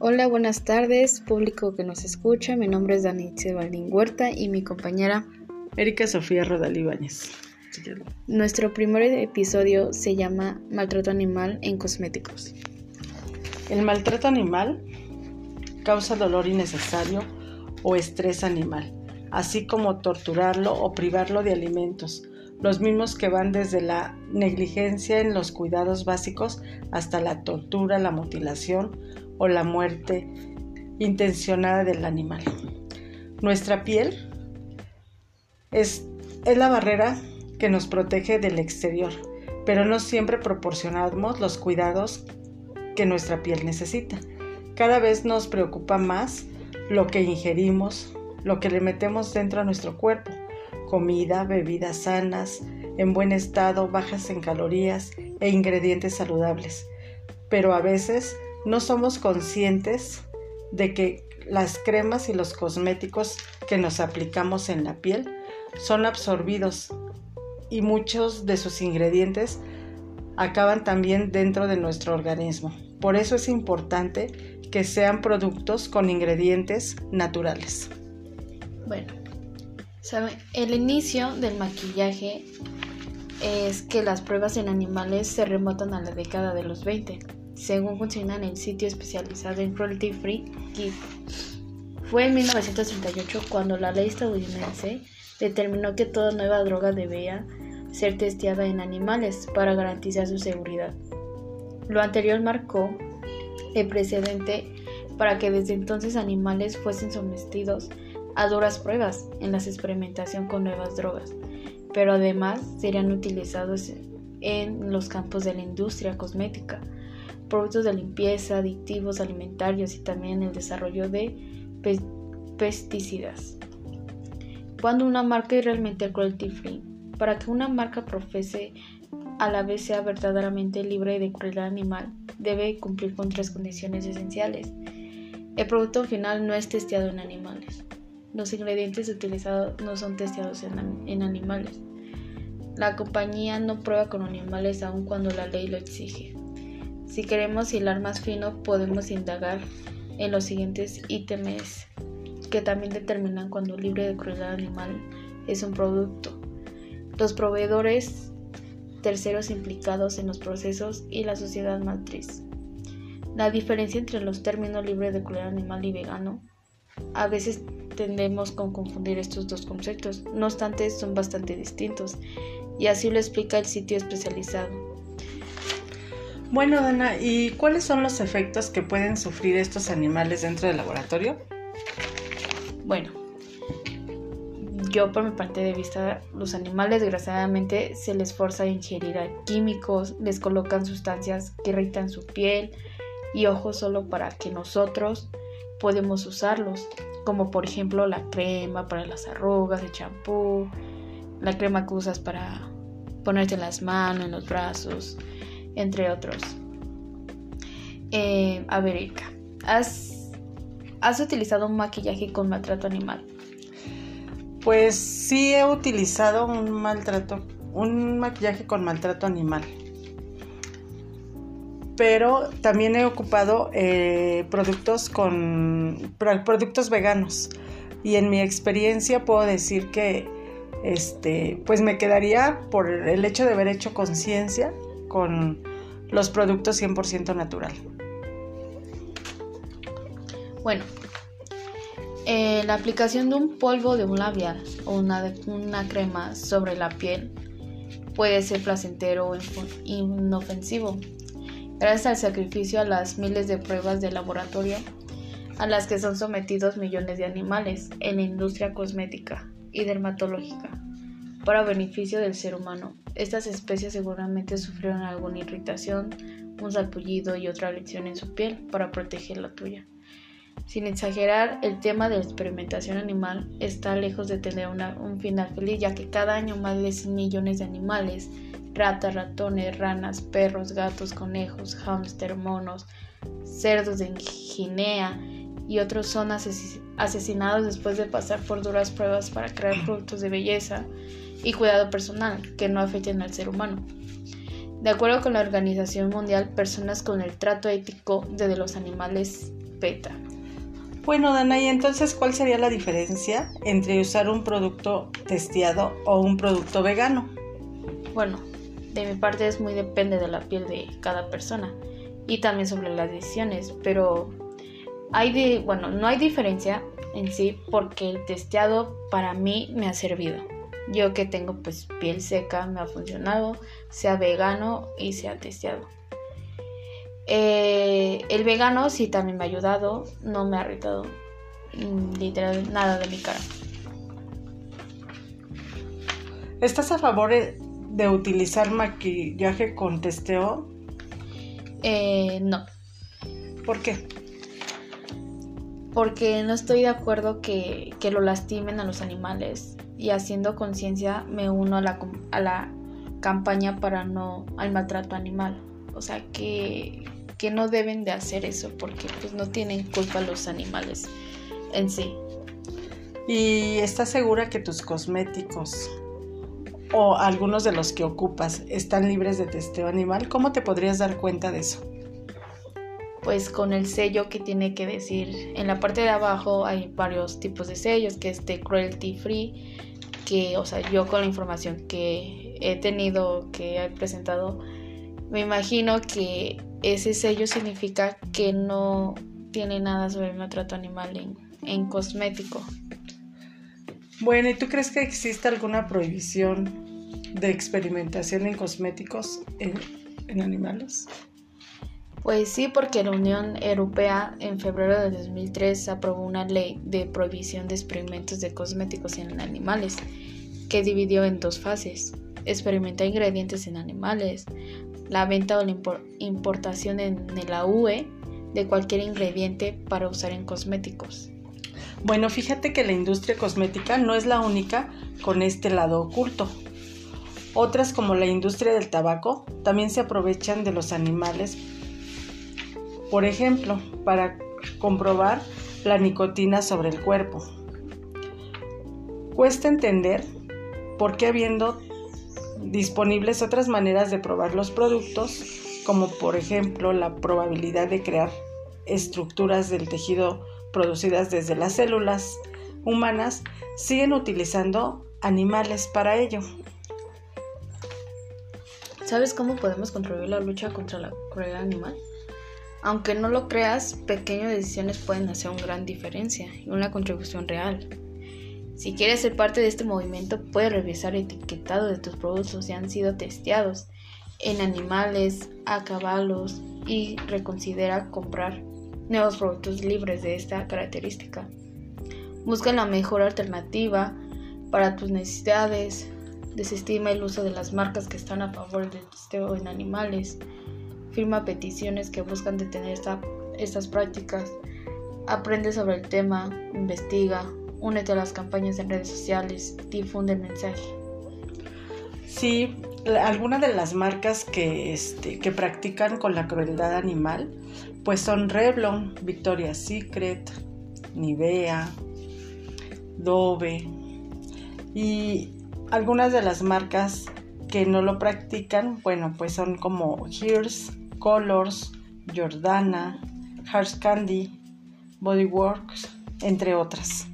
Hola, buenas tardes, público que nos escucha. Mi nombre es Danitze Baldín Huerta y mi compañera Erika Sofía Rodal Ibáñez. Nuestro primer episodio se llama Maltrato animal en cosméticos. El maltrato animal causa dolor innecesario o estrés animal, así como torturarlo o privarlo de alimentos, los mismos que van desde la negligencia en los cuidados básicos hasta la tortura, la mutilación o la muerte intencionada del animal. Nuestra piel es la barrera que nos protege del exterior, pero no siempre proporcionamos los cuidados que nuestra piel necesita. Cada vez nos preocupa más lo que ingerimos, lo que le metemos dentro a nuestro cuerpo: comida, bebidas sanas, en buen estado, bajas en calorías e ingredientes saludables. Pero a veces no somos conscientes de que las cremas y los cosméticos que nos aplicamos en la piel son absorbidos y muchos de sus ingredientes acaban también dentro de nuestro organismo. Por eso es importante que sean productos con ingredientes naturales. Bueno, ¿saben? El inicio del maquillaje es que las pruebas en animales se remontan a la década de los 20. Según funciona en el sitio especializado en Cruelty Free Kid. Fue en 1938 cuando la ley estadounidense determinó que toda nueva droga debía ser testeada en animales para garantizar su seguridad. Lo anterior marcó el precedente para que desde entonces animales fuesen sometidos a duras pruebas en la experimentación con nuevas drogas, pero además serían utilizados en los campos de la industria cosmética, productos de limpieza, aditivos alimentarios y también el desarrollo de pesticidas. Cuando una marca es realmente cruelty free, para que una marca profese a la vez sea verdaderamente libre de crueldad animal, debe cumplir con 3 condiciones esenciales. El producto final no es testeado en animales. Los ingredientes utilizados no son testeados en animales. La compañía no prueba con animales aun cuando la ley lo exige. Si queremos hilar más fino, podemos indagar en los siguientes ítems que también determinan cuando libre de crueldad animal es un producto: los proveedores, terceros implicados en los procesos y la sociedad matriz. La diferencia entre los términos libre de crueldad animal y vegano: a veces tendemos a confundir estos dos conceptos, no obstante son bastante distintos, y así lo explica el sitio especializado. Bueno, Dana, ¿y cuáles son los efectos que pueden sufrir estos animales dentro del laboratorio? Bueno, yo por mi parte de vista, los animales desgraciadamente se les forza a ingerir químicos, les colocan sustancias que irritan su piel y ojos solo para que nosotros podemos usarlos, como por ejemplo la crema para las arrugas, el champú, la crema que usas para ponerte en las manos, en los brazos, entre otros. A ver, Erika, ¿has utilizado un maquillaje con maltrato animal? Pues sí, he utilizado un maquillaje con maltrato animal, pero también he ocupado productos veganos, y en mi experiencia puedo decir que pues me quedaría por el hecho de haber hecho conciencia con los productos 100% natural. Bueno, la aplicación de un polvo de un labial o una crema sobre la piel puede ser placentero o inofensivo, gracias al sacrificio a las miles de pruebas de laboratorio a las que son sometidos millones de animales en la industria cosmética y dermatológica. Para beneficio del ser humano, estas especies seguramente sufrieron alguna irritación, un salpullido y otra lesión en su piel para proteger la tuya. Sin exagerar, el tema de la experimentación animal está lejos de tener un final feliz, ya que cada año más de 100 millones de animales, ratas, ratones, ranas, perros, gatos, conejos, hámster, monos, cerdos de Guinea y otros son asesinados después de pasar por duras pruebas para crear productos de belleza y cuidado personal que no afecten al ser humano. De acuerdo con la Organización Mundial, personas con el trato ético de los animales respeta. Bueno, Dana, y entonces, ¿cuál sería la diferencia entre usar un producto testeado o un producto vegano? Bueno, de mi parte es muy depende de la piel de cada persona y también sobre las decisiones, pero no hay diferencia en sí porque el testeado para mí me ha servido. Yo que tengo pues piel seca me ha funcionado, sea vegano y sea testeado. El vegano sí también me ha ayudado, no me ha irritado literal nada de mi cara. ¿Estás a favor de utilizar maquillaje con testeo? No. ¿Por qué? Porque no estoy de acuerdo que lo lastimen a los animales, y haciendo conciencia me uno a la campaña para no al maltrato animal. O sea que no deben de hacer eso porque pues no tienen culpa los animales en sí. ¿Y estás segura que tus cosméticos o algunos de los que ocupas están libres de testeo animal? ¿Cómo te podrías dar cuenta de eso? Pues con el sello que tiene que decir, en la parte de abajo hay varios tipos de sellos, que es de cruelty free, que, o sea, yo con la información que he tenido, que he presentado, me imagino que ese sello significa que no tiene nada sobre el maltrato animal en cosmético. Bueno, ¿y tú crees que existe alguna prohibición de experimentación en cosméticos en animales? Pues sí, porque la Unión Europea en febrero de 2003 aprobó una ley de prohibición de experimentos de cosméticos en animales, que dividió en dos fases: experimentar ingredientes en animales, la venta o la importación en la UE de cualquier ingrediente para usar en cosméticos. Bueno, fíjate que la industria cosmética no es la única con este lado oculto. Otras, como la industria del tabaco, también se aprovechan de los animales, por ejemplo, para comprobar la nicotina sobre el cuerpo. Cuesta entender por qué, habiendo disponibles otras maneras de probar los productos, como por ejemplo la probabilidad de crear estructuras del tejido producidas desde las células humanas, siguen utilizando animales para ello. ¿Sabes cómo podemos contribuir a la lucha contra la crueldad animal? Aunque no lo creas, pequeñas decisiones pueden hacer una gran diferencia y una contribución real. Si quieres ser parte de este movimiento, puedes revisar el etiquetado de tus productos si han sido testeados en animales, a caballos, y reconsidera comprar nuevos productos libres de esta característica. Busca la mejor alternativa para tus necesidades. Desestima el uso de las marcas que están a favor del testeo en animales. Firma peticiones que buscan detener estas prácticas. Aprende sobre el tema, investiga, únete a las campañas en redes sociales, difunde el mensaje. Sí, algunas de las marcas que practican con la crueldad animal, pues son Revlon, Victoria's Secret, Nivea, Dove, y algunas de las marcas que no lo practican, bueno, pues son como Hers, Colors, Jordana, Hard Candy, Bodyworks, entre otras.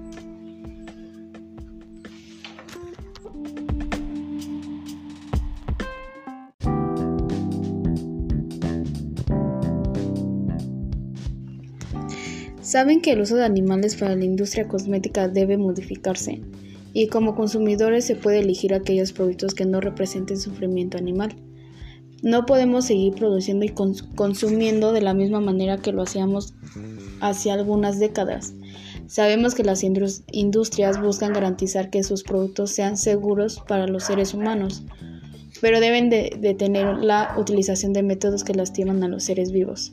Saben que el uso de animales para la industria cosmética debe modificarse, y como consumidores se puede elegir aquellos productos que no representen sufrimiento animal. No podemos seguir produciendo y consumiendo de la misma manera que lo hacíamos hace algunas décadas. Sabemos que las industrias buscan garantizar que sus productos sean seguros para los seres humanos, pero deben de detener la utilización de métodos que lastiman a los seres vivos.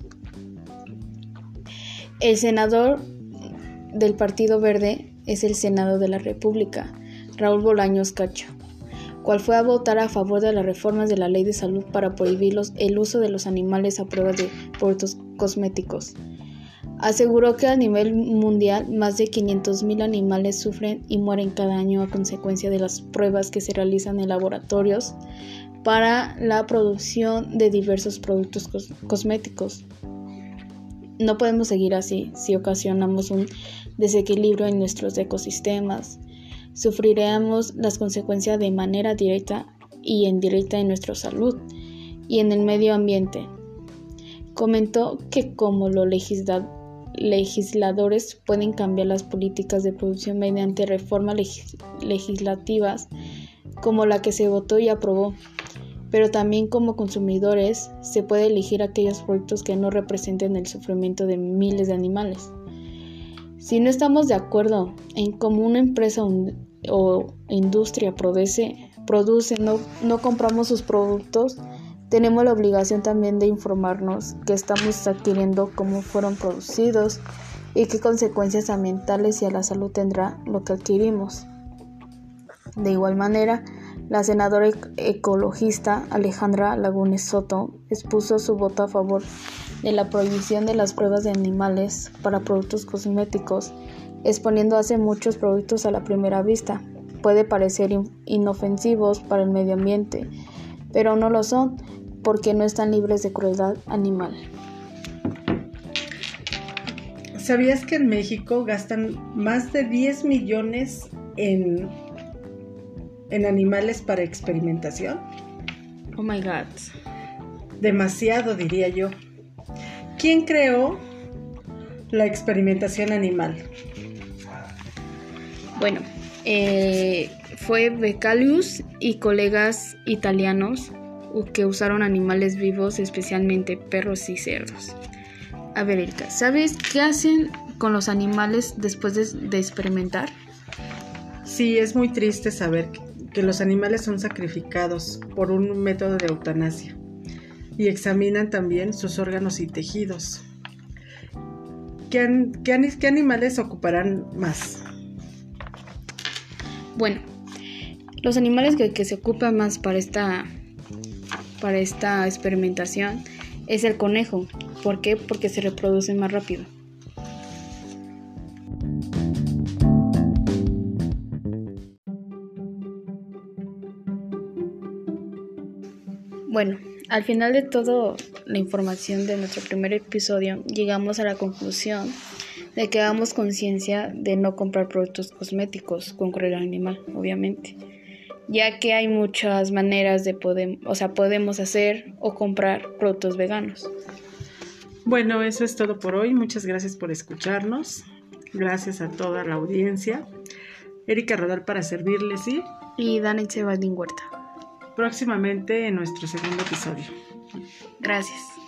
El senador del Partido Verde es el Senado de la República, Raúl Bolaños Cacho, cual fue a votar a favor de las reformas de la Ley de Salud para prohibir el uso de los animales a prueba de productos cosméticos. Aseguró que a nivel mundial más de 500,000 animales sufren y mueren cada año a consecuencia de las pruebas que se realizan en laboratorios para la producción de diversos productos cosméticos. No podemos seguir así si ocasionamos un desequilibrio en nuestros ecosistemas. Sufriremos las consecuencias de manera directa y indirecta en nuestra salud y en el medio ambiente. Comentó que como los legisladores pueden cambiar las políticas de producción mediante reformas legislativas como la que se votó y aprobó, pero también como consumidores se puede elegir aquellos productos que no representen el sufrimiento de miles de animales. Si no estamos de acuerdo en cómo una empresa o industria produce, no compramos sus productos, tenemos la obligación también de informarnos qué estamos adquiriendo, cómo fueron producidos y qué consecuencias ambientales y a la salud tendrá lo que adquirimos. De igual manera, la senadora ecologista Alejandra Lagunes Soto expuso su voto a favor de la prohibición de las pruebas de animales para productos cosméticos, exponiendo así muchos productos a la primera vista. Puede parecer inofensivos para el medio ambiente, pero no lo son, porque no están libres de crueldad animal. ¿Sabías que en México gastan más de 10 millones en animales para experimentación? Oh my God. Demasiado, diría yo. ¿Quién creó la experimentación animal? Bueno, fue Beccalius y colegas italianos que usaron animales vivos, especialmente perros y cerdos. A ver, Erika, ¿sabes qué hacen con los animales después de experimentar? Sí, es muy triste saber que los animales son sacrificados por un método de eutanasia y examinan también sus órganos y tejidos. ¿Qué animales ocuparán más? Bueno, los animales que se ocupan más para esta experimentación es el conejo. ¿Por qué? Porque se reproducen más rápido. Bueno, al final de toda la información de nuestro primer episodio, llegamos a la conclusión de que hagamos conciencia de no comprar productos cosméticos con crueldad animal, obviamente, ya que hay muchas maneras de podemos hacer o comprar productos veganos. Bueno, eso es todo por hoy. Muchas gracias por escucharnos. Gracias a toda la audiencia. Erika Rodal para servirles, ¿sí? Y Danitze Baldín Huerta. Próximamente en nuestro segundo episodio. Gracias.